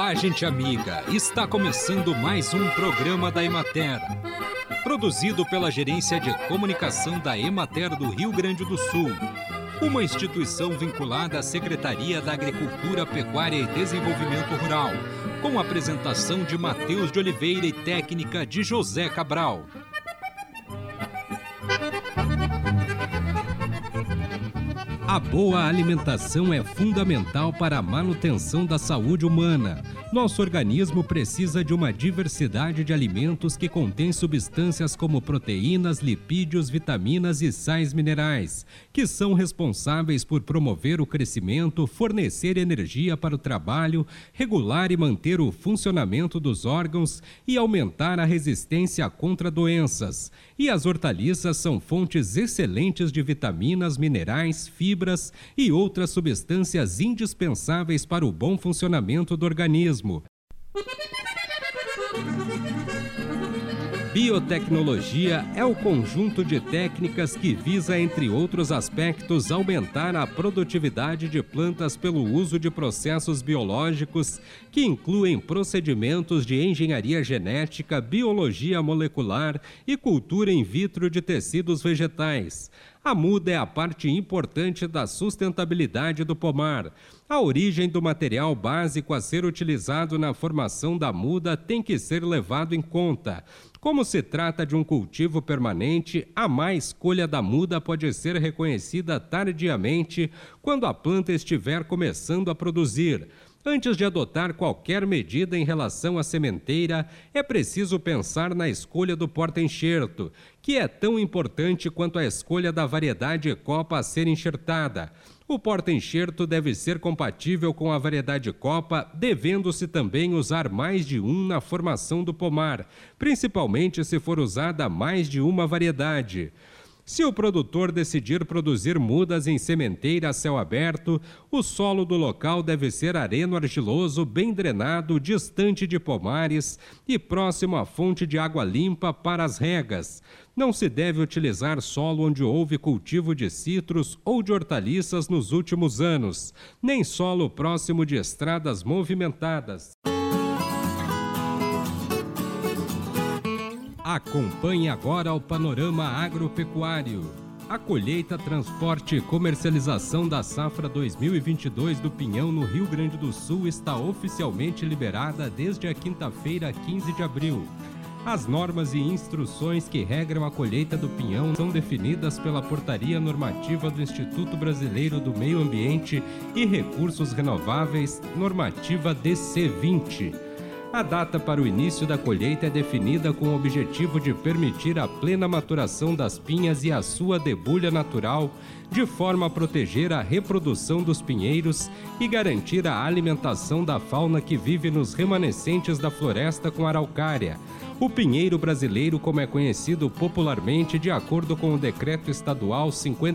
Olá, gente amiga! Está começando mais um programa da Emater, produzido pela Gerência de Comunicação da Emater do Rio Grande do Sul, uma instituição vinculada à Secretaria da Agricultura, Pecuária e Desenvolvimento Rural, com apresentação de Matheus de Oliveira e técnica de José Cabral. A boa alimentação é fundamental para a manutenção da saúde humana. Nosso organismo precisa de uma diversidade de alimentos que contêm substâncias como proteínas, lipídios, vitaminas e sais minerais, que são responsáveis por promover o crescimento, fornecer energia para o trabalho, regular e manter o funcionamento dos órgãos e aumentar a resistência contra doenças. E as hortaliças são fontes excelentes de vitaminas, minerais, fibras e outras substâncias indispensáveis para o bom funcionamento do organismo. Biotecnologia é o conjunto de técnicas que visa, entre outros aspectos, aumentar a produtividade de plantas pelo uso de processos biológicos que incluem procedimentos de engenharia genética, biologia molecular e cultura in vitro de tecidos vegetais. A muda é a parte importante da sustentabilidade do pomar. A origem do material básico a ser utilizado na formação da muda tem que ser levado em conta. Como se trata de um cultivo permanente, a má escolha da muda pode ser reconhecida tardiamente quando a planta estiver começando a produzir. Antes de adotar qualquer medida em relação à sementeira, é preciso pensar na escolha do porta-enxerto, que é tão importante quanto a escolha da variedade copa a ser enxertada. O porta-enxerto deve ser compatível com a variedade copa, devendo-se também usar mais de um na formação do pomar, principalmente se for usada mais de uma variedade. Se o produtor decidir produzir mudas em sementeira a céu aberto, o solo do local deve ser areno-argiloso, bem drenado, distante de pomares e próximo à fonte de água limpa para as regas. Não se deve utilizar solo onde houve cultivo de citros ou de hortaliças nos últimos anos, nem solo próximo de estradas movimentadas. Acompanhe agora o panorama agropecuário. A colheita, transporte e comercialização da safra 2022 do pinhão no Rio Grande do Sul está oficialmente liberada desde a quinta-feira, 15 de abril. As normas e instruções que regram a colheita do pinhão são definidas pela Portaria Normativa do Instituto Brasileiro do Meio Ambiente e Recursos Renováveis, normativa DC-20. A data para o início da colheita é definida com o objetivo de permitir a plena maturação das pinhas e a sua debulha natural, de forma a proteger a reprodução dos pinheiros e garantir a alimentação da fauna que vive nos remanescentes da floresta com araucária. O pinheiro brasileiro, como é conhecido popularmente de acordo com o Decreto Estadual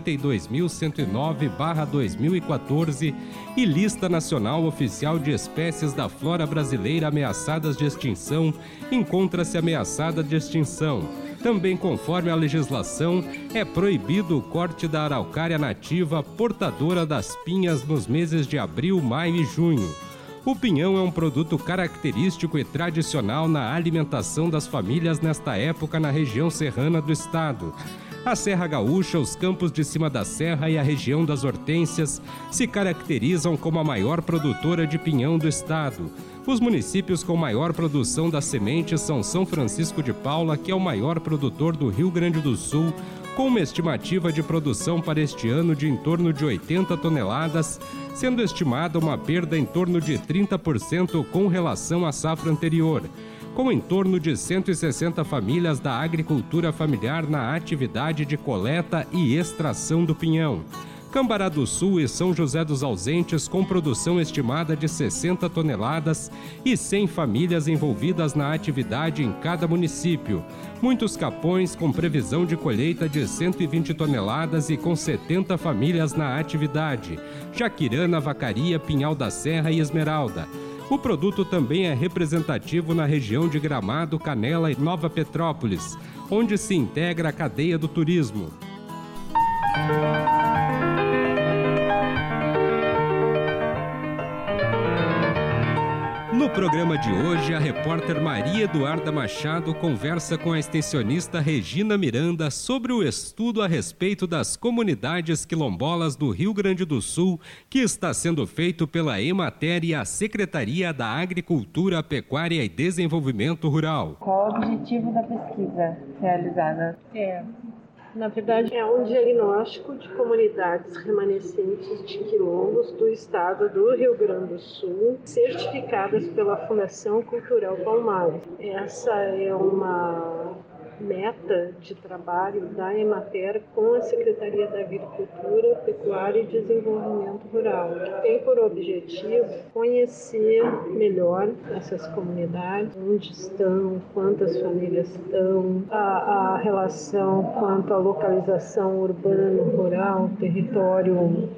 52.109/2014 e Lista Nacional Oficial de Espécies da Flora Brasileira Ameaçadas de Extinção, encontra-se ameaçada de extinção. Também, conforme a legislação, é proibido o corte da araucária nativa portadora das pinhas nos meses de abril, maio e junho. O pinhão é um produto característico e tradicional na alimentação das famílias nesta época na região serrana do estado. A Serra Gaúcha, os campos de cima da serra e a região das Hortênsias se caracterizam como a maior produtora de pinhão do estado. Os municípios com maior produção das sementes são São Francisco de Paula, que é o maior produtor do Rio Grande do Sul, com uma estimativa de produção para este ano de em torno de 80 toneladas, sendo estimada uma perda em torno de 30% com relação à safra anterior, com em torno de 160 famílias da agricultura familiar na atividade de coleta e extração do pinhão. Cambará do Sul e São José dos Ausentes com produção estimada de 60 toneladas e 100 famílias envolvidas na atividade em cada município. Muitos Capões com previsão de colheita de 120 toneladas e com 70 famílias na atividade. Jaquirana, Vacaria, Pinhal da Serra e Esmeralda. O produto também é representativo na região de Gramado, Canela e Nova Petrópolis, onde se integra a cadeia do turismo. No programa de hoje, a repórter Maria Eduarda Machado conversa com a extensionista Regina Miranda sobre o estudo a respeito das comunidades quilombolas do Rio Grande do Sul, que está sendo feito pela Emater e a Secretaria da Agricultura, Pecuária e Desenvolvimento Rural. Qual o objetivo da pesquisa realizada? Na verdade, é um diagnóstico de comunidades remanescentes de quilombos do estado do Rio Grande do Sul, certificadas pela Fundação Cultural Palmares. Essa é uma meta de trabalho da Emater com a Secretaria da Agricultura, Pecuária e Desenvolvimento Rural, que tem por objetivo conhecer melhor essas comunidades, onde estão, quantas famílias estão, a relação quanto à localização urbano-rural, território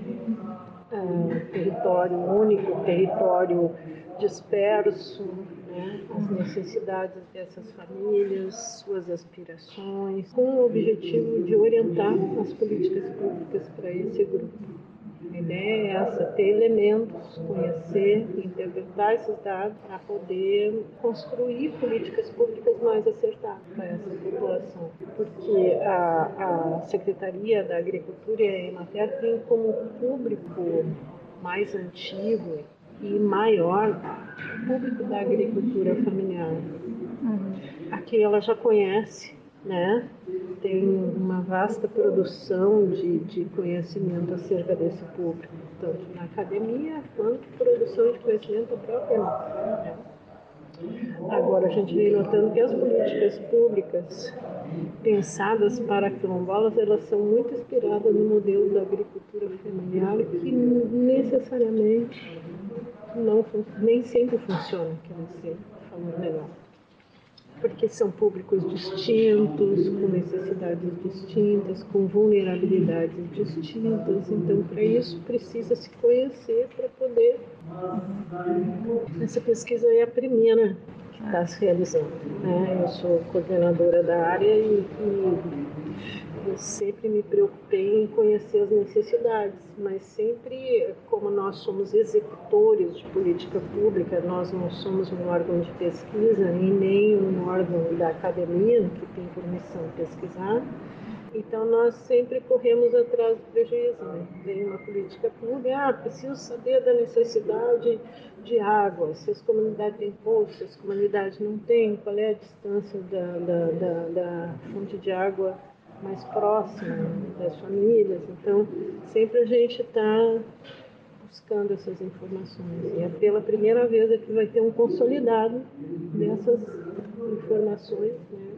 único, território disperso, as necessidades dessas famílias, suas aspirações, com o objetivo de orientar as políticas públicas para esse grupo. A ideia é essa, ter elementos, conhecer e interpretar esses dados para poder construir políticas públicas mais acertadas para essa população. Porque a Secretaria da Agricultura e a Emater tem como público mais antigo e maior o público da agricultura familiar. Aqui ela já conhece, tem uma vasta produção de conhecimento acerca desse público, tanto na academia quanto produção de conhecimento da própria. Agora a gente vem notando que as políticas públicas pensadas para quilombolas, elas são muito inspiradas no modelo da agricultura familiar, que necessariamente nem sempre funciona, que você falou melhor. Porque são públicos distintos, com necessidades distintas, com vulnerabilidades distintas. Então, para isso, precisa se conhecer para poder... Essa pesquisa é a primeira que está se realizando. Eu sou coordenadora da área e eu sempre me preocupei em conhecer as necessidades, mas sempre, como nós somos executores de política pública, nós não somos um órgão de pesquisa e nem um órgão da academia que tem por missão pesquisar, então nós sempre corremos atrás do prejuízo. Vem uma política pública, preciso saber da necessidade de água, se as comunidades têm poço, se as comunidades não têm, qual é a distância da fonte de água mais próxima das famílias. Então, sempre a gente está buscando essas informações. E é pela primeira vez que vai ter um consolidado dessas informações.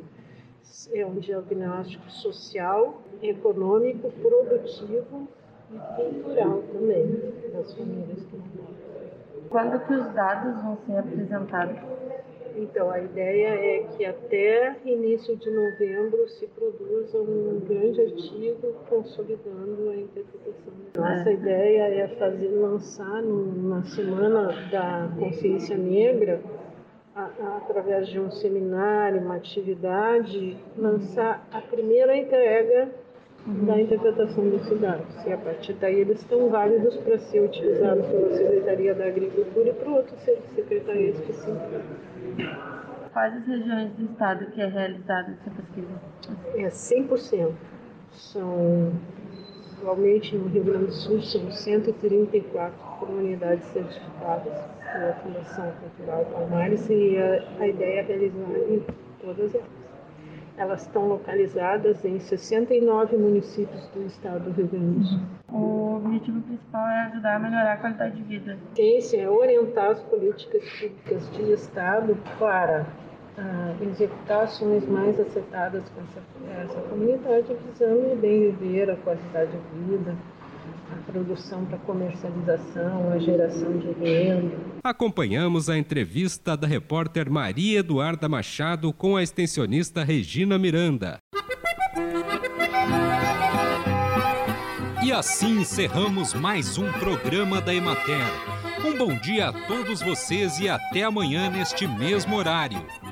É um diagnóstico social, econômico, produtivo e cultural também das famílias que não têm. Quando que os dados vão ser apresentados? Então, a ideia é que até início de novembro se produza um grande artigo consolidando a interpretação. Nossa ideia é lançar na Semana da Consciência Negra, através de um seminário, uma atividade, lançar a primeira entrega da interpretação dos dados. E a partir daí eles estão válidos para ser utilizados pela Secretaria da Agricultura e por outras secretarias que se Quais as regiões do estado que é realizada essa pesquisa? É 100%. Atualmente no Rio Grande do Sul são 134 comunidades certificadas pela Fundação Cultural Palmares e a ideia é realizar em todas elas. Elas estão localizadas em 69 municípios do estado do Rio Grande do Sul. O objetivo principal é ajudar a melhorar a qualidade de vida. Sim, é orientar as políticas públicas de estado para executar ações mais acertadas com essa comunidade, visando o bem viver, a qualidade de vida, a produção para comercialização, a geração de renda. Acompanhamos a entrevista da repórter Maria Eduarda Machado com a extensionista Regina Miranda. E assim encerramos mais um programa da Emater. Um bom dia a todos vocês e até amanhã neste mesmo horário.